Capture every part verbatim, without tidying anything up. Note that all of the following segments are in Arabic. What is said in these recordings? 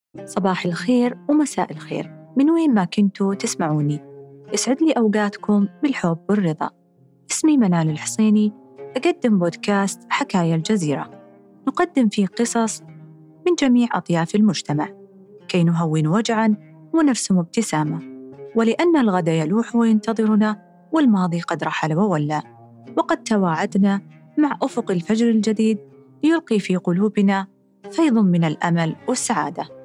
صباح الخير ومساء الخير من وين ما كنتوا تسمعوني. يسعد لي أوقاتكم بالحب والرضا. اسمي منال الحصيني، أقدم بودكاست حكاية الجزيرة، نقدم فيه قصص من جميع أطياف المجتمع كي نهون وجعاً ونرسم ابتسامة. ولأن الغد يلوح وينتظرنا، والماضي قد رحل وولى، وقد تواعدنا مع أفق الفجر الجديد ليلقي في قلوبنا فيض من الأمل والسعادة.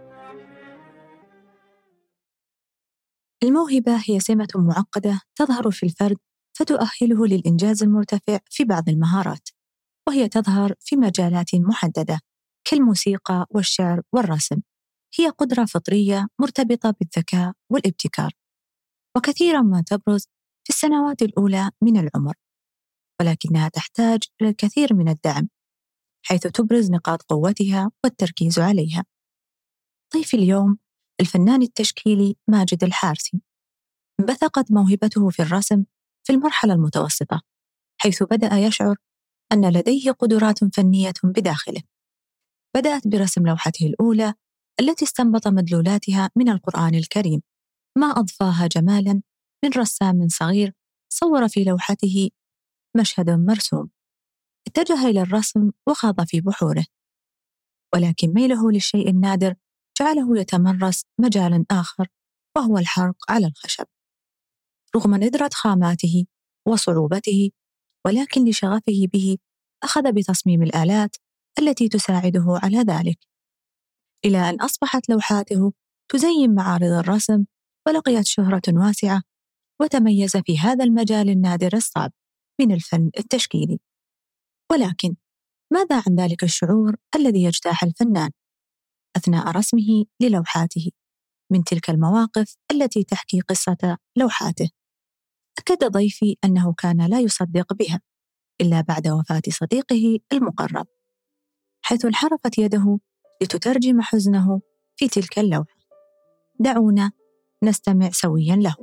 الموهبة هي سمة معقدة تظهر في الفرد فتؤهله للإنجاز المرتفع في بعض المهارات، وهي تظهر في مجالات محددة كالموسيقى والشعر والرسم. هي قدرة فطرية مرتبطة بالذكاء والابتكار، وكثيرا ما تبرز في السنوات الأولى من العمر، ولكنها تحتاج إلى الكثير من الدعم حيث تبرز نقاط قوتها والتركيز عليها. ضيف اليوم الفنان التشكيلي ماجد الحارسي. انبثقت موهبته في الرسم في المرحلة المتوسطة، حيث بدأ يشعر أن لديه قدرات فنية بداخله. بدأت برسم لوحته الأولى التي استنبط مدلولاتها من القرآن الكريم، ما أضفاها جمالاً من رسام صغير صور في لوحته مشهد مرسوم. اتجه إلى الرسم وخاض في بحوره، ولكن ميله للشيء النادر جعله يتمرس مجالاً آخر، وهو الحرق على الخشب. رغم ندرة خاماته وصعوبته، ولكن لشغفه به أخذ بتصميم الآلات التي تساعده على ذلك، إلى أن أصبحت لوحاته تزين معارض الرسم ولقيت شهرة واسعة، وتميز في هذا المجال النادر الصعب من الفن التشكيلي. ولكن ماذا عن ذلك الشعور الذي يجتاح الفنان أثناء رسمه للوحاته من تلك المواقف التي تحكي قصة لوحاته؟ أكد ضيفي أنه كان لا يصدق بها إلا بعد وفاة صديقه المقرب، حيث انحرفت يده لتترجم حزنه في تلك اللوحة. دعونا نستمع سويا له.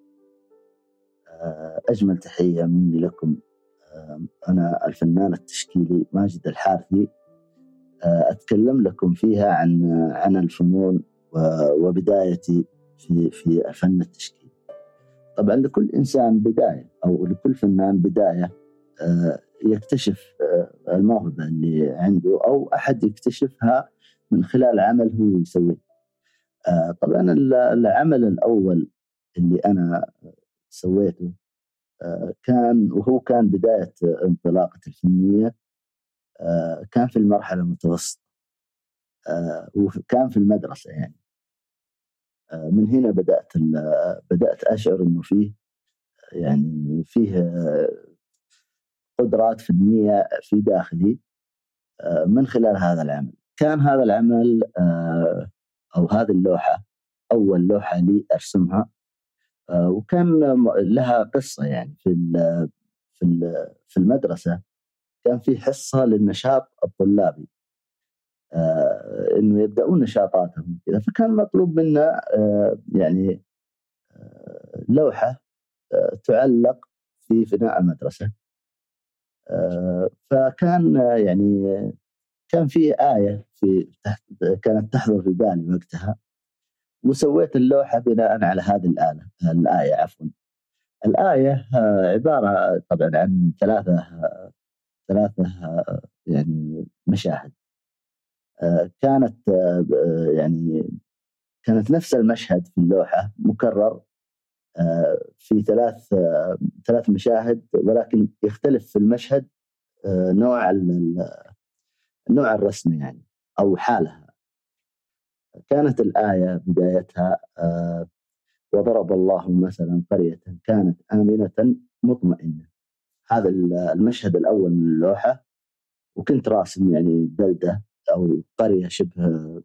أجمل تحية مني لكم. أنا الفنان التشكيلي ماجد الحارثي، أتكلم لكم فيها عن عن الفنون وبدايتي في في الفن التشكيلي. طبعا لكل إنسان بداية، أو لكل فنان بداية يكتشف الموهبة اللي عنده، أو أحد يكتشفها من خلال عمل هو يسويه. طبعا العمل الأول اللي أنا سويته كان وهو كان بداية انطلاقة الفنية، كان في المرحلة المتوسطة، وكان في المدرسة. يعني من هنا بدأت بدأت أشعر إنه فيه يعني فيه قدرات فنية في داخلي من خلال هذا العمل. كان هذا العمل أو هذه اللوحة أول لوحة لي أرسمها، وكان لها قصة. يعني في في في المدرسة كان في حصة للنشاط الطلابي، إنه يبدأون نشاطاتهم كذا، فكان مطلوب منا يعني لوحة تعلق في فناء المدرسة. فكان يعني كان في آية في كانت تحضر في بالي وقتها، وسويت اللوحة بناء على هذه الآلة الآية عفوا الآية عبارة طبعا عن ثلاثة ثلاثة يعني مشاهد. كانت يعني كانت نفس المشهد في اللوحة مكرر في ثلاث ثلاث مشاهد، ولكن يختلف في المشهد نوع نوع الرسم يعني أو حالها. كانت الآية بدايتها وضرب الله مثلا قرية كانت آمنة مطمئنة. هذا المشهد الأول من اللوحة، وكنت راسم يعني بلدة أو قرية شبه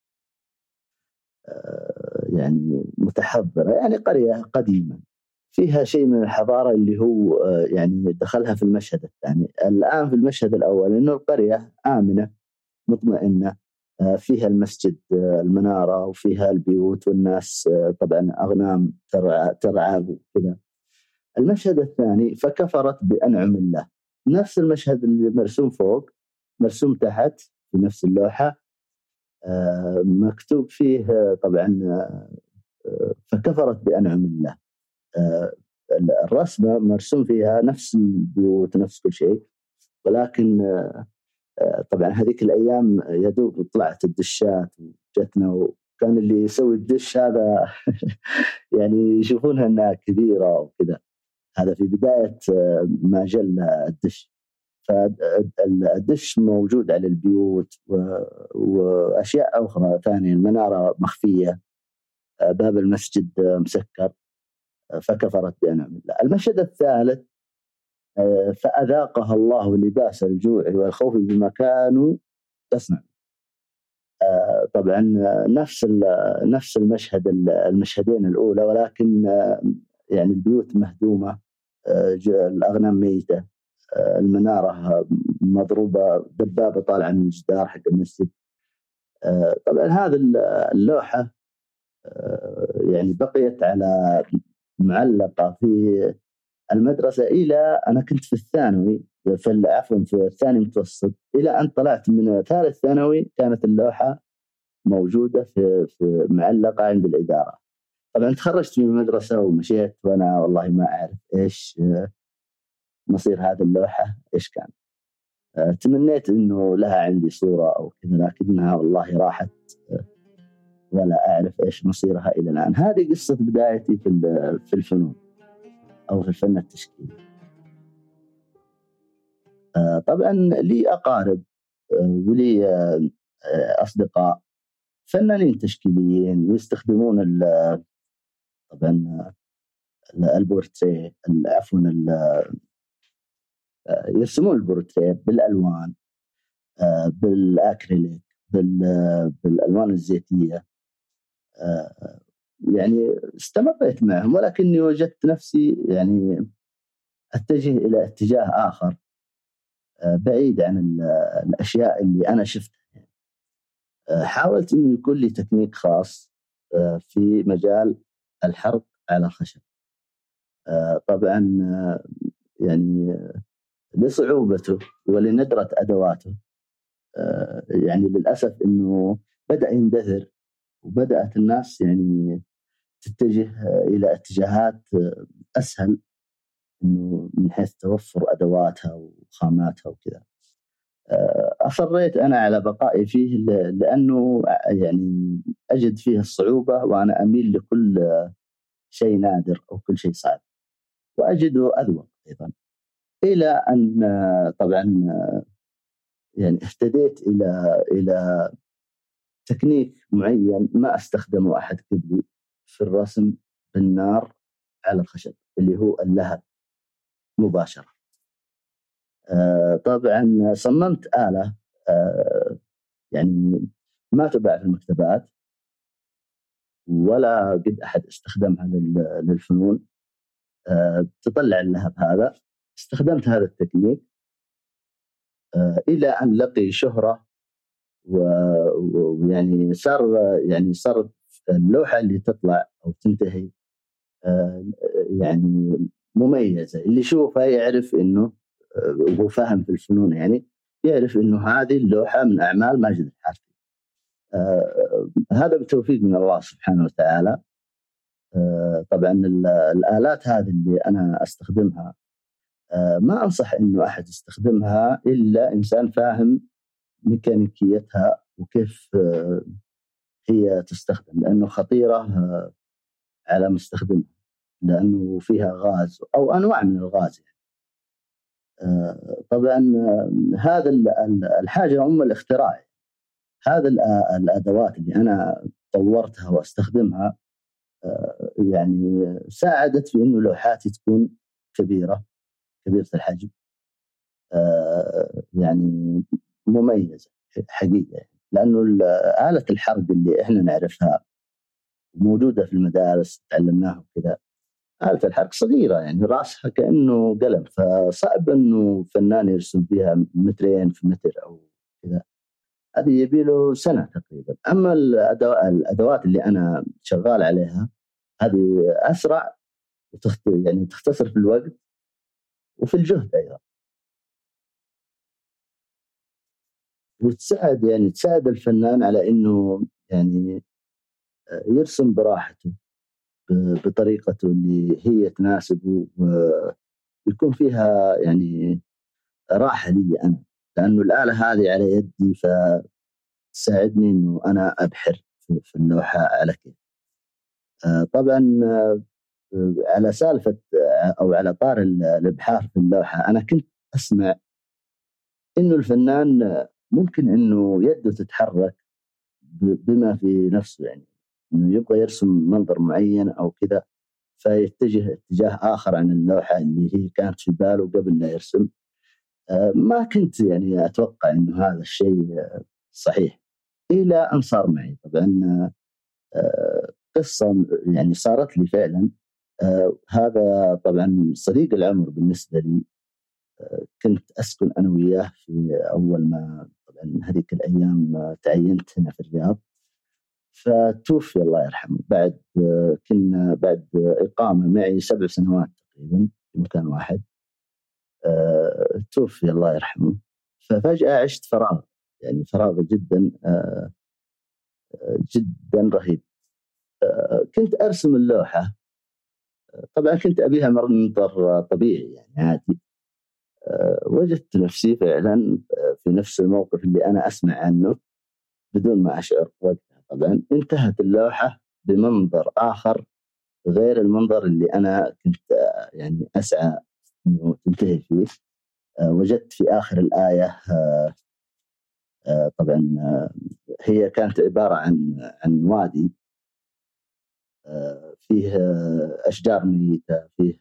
يعني متحضرة، يعني قرية قديمة فيها شيء من الحضارة اللي هو يعني دخلها في المشهد الثاني. الآن في المشهد الأول إنه القرية آمنة مطمئنة، فيها المسجد المنارة وفيها البيوت والناس طبعا أغنام ترعى ترعى وكذا. المشهد الثاني فكفرت بأنعم الله، نفس المشهد اللي مرسوم فوق مرسوم تحت في نفس اللوحة، مكتوب فيه طبعا فكفرت بأنعم الله. الرسمة مرسوم فيها نفس البيوت نفس كل شيء، ولكن طبعا هذيك الأيام يدوب طلعت الدشات وجتنا، وكان اللي يسوي الدش هذا يعني يشوفونها أنها كبيرة وكذا. هذا في بداية ما جل الدش. فالدش موجود على البيوت وأشياء أخرى ثانية، المنارة مخفية، باب المسجد مسكر، فكفرت بأنعم الله. المشهد الثالث فأذاقها الله لباس الجوع والخوف بما كانوا يصنعون. طبعا نفس نفس المشهد المشهدين الأولى، ولكن يعني البيوت مهدومة، الأغنام ميتة، المنارة مضروبة، دبابة طالعة من الجدار حق المسجد. طبعا هذه اللوحة يعني بقيت على معلقة في المدرسة إلى أنا كنت في الثانوي، في عفوا في الثاني متوسط، إلى أن طلعت من ثالث ثانوي كانت اللوحة موجودة في, في معلقة عند الإدارة. طبعا تخرجت من المدرسة ومشيت وأنا والله ما أعرف إيش مصير هذه اللوحة إيش كان. تمنيت إنه لها عندي صورة أو كذا، لكنها والله راحت ولا أعرف إيش مصيرها إلى الآن. هذه قصة بدايتي في في الفنون أو في الفن التشكيلي. طبعا لي أقارب ولي أصدقاء فنانين تشكيليين يستخدمون طبعا البورتريه، عفوا يرسمون البورتريه بالألوان، بالأكريليك، بالألوان الزيتية. يعني استمريت معهم، ولكني وجدت نفسي يعني أتجه إلى اتجاه آخر بعيد عن الأشياء اللي أنا شفتها. حاولت إنه يكون لي تكنيك خاص في مجال الحرق على الخشب. طبعا يعني لصعوبته ولندرة أدواته يعني للأسف إنه بدأ يندثر، وبدأت الناس يعني تتجه إلى اتجاهات أسهل إنه من حيث توفر أدواتها وخاماتها وكذا. أصريت أنا على بقائي فيه لأنه يعني أجد فيه الصعوبة، وأنا أميل لكل شيء نادر أو كل شيء صعب، وأجده أذوق أيضا. إلى أن طبعا يعني اهتديت إلى إلى تكنيك معين ما استخدمه أحد قبلي في الرسم بالنار على الخشب، اللي هو اللهب مباشرة. طبعا صممت آلة يعني ما تباع في المكتبات ولا قد أحد استخدمها للفنون، تطلع اللهب هذا. استخدمت هذا التكنيك إلى أن لقي شهرة، ويعني صار يعني صار اللوحة اللي تطلع أو تنتهي يعني مميزة. اللي يشوفها يعرف إنه وهو فاهم في الفنون يعني يعرف إنه هذه اللوحة من أعمال ماجد الحارثي. آه هذا بتوفيق من الله سبحانه وتعالى. آه طبعا الآلات هذه اللي أنا أستخدمها آه ما أنصح إنه أحد يستخدمها إلا إنسان فاهم ميكانيكيتها وكيف آه هي تستخدم، لأنه خطيرة آه على مستخدمها، لأنه فيها غاز أو أنواع من الغاز يعني. آه طبعا هذا الحاجة أم الاختراع. هذه الأدوات اللي أنا طورتها واستخدمها يعني ساعدت في إنه لوحاتي تكون كبيرة كبيرة الحجم، يعني مميزة حقيقة، لأنه آلة الحرق اللي إحنا نعرفها موجودة في المدارس تعلمناها كذا، آلة الحرق صغيرة يعني رأسها كأنه قلم، فصعب إنه فنان يرسم فيها مترين في متر أو كذا. هذه يبي له سنة تقريبا. أما الأدوات اللي أنا شغال عليها هذه أسرع وتخت... يعني تختصر في الوقت وفي الجهد أيضا. وتساعد يعني تساعد الفنان على إنه يعني يرسم براحته بطريقته اللي هي تناسبه، ويكون فيها يعني راحة لي أنا، لأنه الآلة هذه على يدي فتساعدني إنه أنا أبحر في اللوحة على كيف. طبعا على سالفة أو على طار الإبحار في اللوحة، أنا كنت أسمع إنه الفنان ممكن إنه يده تتحرك بما في نفسه، يعني إنه يبغى يرسم منظر معين أو كذا فيتجه اتجاه آخر عن اللوحة اللي هي كانت في باله قبل لا يرسم. ما كنت يعني أتوقع إنه هذا الشيء صحيح إلى أن صار معي. طبعا قصة يعني صارت لي فعلا. هذا طبعا صديق العمر بالنسبة لي، كنت أسكن أنا وياه في أول ما طبعا هذيك الأيام تعينت هنا في الرياض، فتوفي الله يرحمه بعد كنا بعد إقامة معي سبع سنوات تقريبا في مكان واحد. أه توفي الله يرحمه، ففجأة عشت فراغ، يعني فراغ جدا أه جدا رهيب. أه كنت أرسم اللوحة، طبعا كنت أبيها منظر طبيعي يعني عادي. أه وجدت نفسي فعلا في نفس الموقف اللي أنا أسمع عنه بدون ما أشعر وقتها. طبعا انتهت اللوحة بمنظر آخر غير المنظر اللي أنا كنت يعني أسعى إنه تنتهي فيه. أه وجدت في آخر الآية أه أه طبعا أه هي كانت عبارة عن عن وادي أه فيه أشجار ميتة، فيه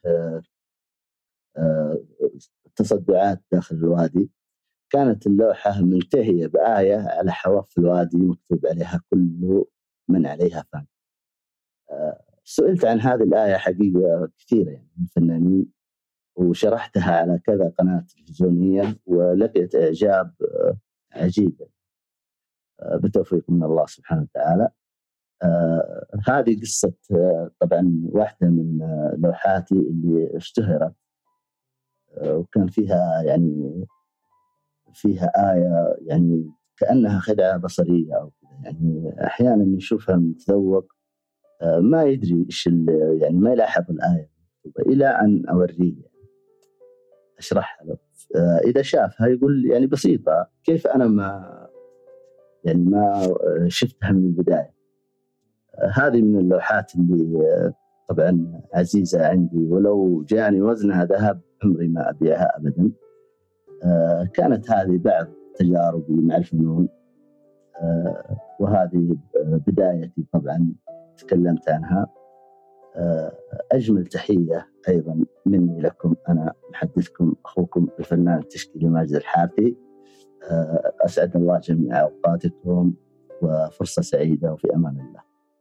أه تصدعات داخل الوادي. كانت اللوحة منتهية بآية على حواف الوادي مكتوب عليها كل من عليها فان. أه سئلت عن هذه الآية حقيقة كثيرة يعني من الفنانين، وشرحتها على كذا قناة تلفزيونية ولقيت إعجاب عجيب بتوفيق من الله سبحانه وتعالى. آه هذه قصة آه طبعا واحدة من آه لوحاتي اللي اشتهرت، آه وكان فيها يعني فيها آية يعني كأنها خدعة بصرية أو كذا، يعني أحيانا نشوفها المتذوق آه ما يدري إيش يعني ما يلاحظ الآية إلى أن أوريه يعني أشرحها له. آه إذا شافها يقول يعني بسيطة، كيف أنا ما يعني ما شفتها من البداية. آه هذه من اللوحات اللي آه طبعا عزيزة عندي، ولو جاني وزنها ذهب عمري ما أبيعها أبدا. آه كانت هذه بعض تجاربي مع الفنون، آه وهذه بدايتي طبعا تكلمت عنها. آه أجمل تحية أيضا مني لكم، أنا محدثكم أخوكم الفنان التشكيلي ماجد الحارثي. آه أسعد الله جميع أوقاتكم وفرصة سعيدة، وفي أمان الله.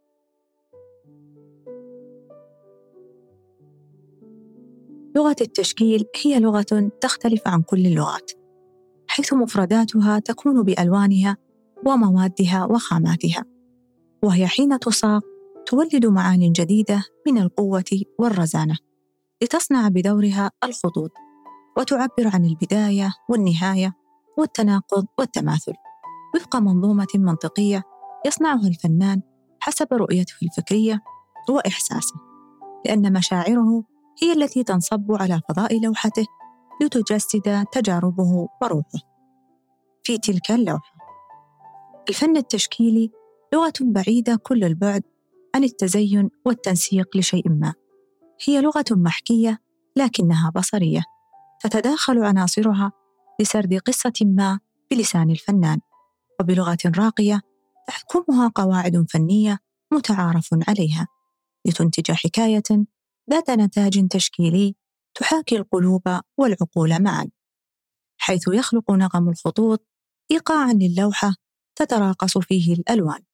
لغة التشكيل هي لغة تختلف عن كل اللغات، حيث مفرداتها تكون بألوانها وموادها وخاماتها، وهي حين تصاغ تولد معان جديدة من القوة والرزانة لتصنع بدورها الخطوط، وتعبر عن البداية والنهاية والتناقض والتماثل وفق منظومة منطقية يصنعها الفنان حسب رؤيته الفكرية وإحساسه، لأن مشاعره هي التي تنصب على فضاء لوحته لتجسد تجاربه وروحه في تلك اللوحة. الفن التشكيلي لغة بعيدة كل البعد عن التزين والتنسيق لشيء ما، هي لغة محكية لكنها بصرية، تتداخل عناصرها لسرد قصة ما بلسان الفنان وبلغة راقية تحكمها قواعد فنية متعارف عليها لتنتج حكاية ذات نتاج تشكيلي تحاكي القلوب والعقول معا، حيث يخلق نغم الخطوط إيقاعاً للوحة تتراقص فيه الألوان.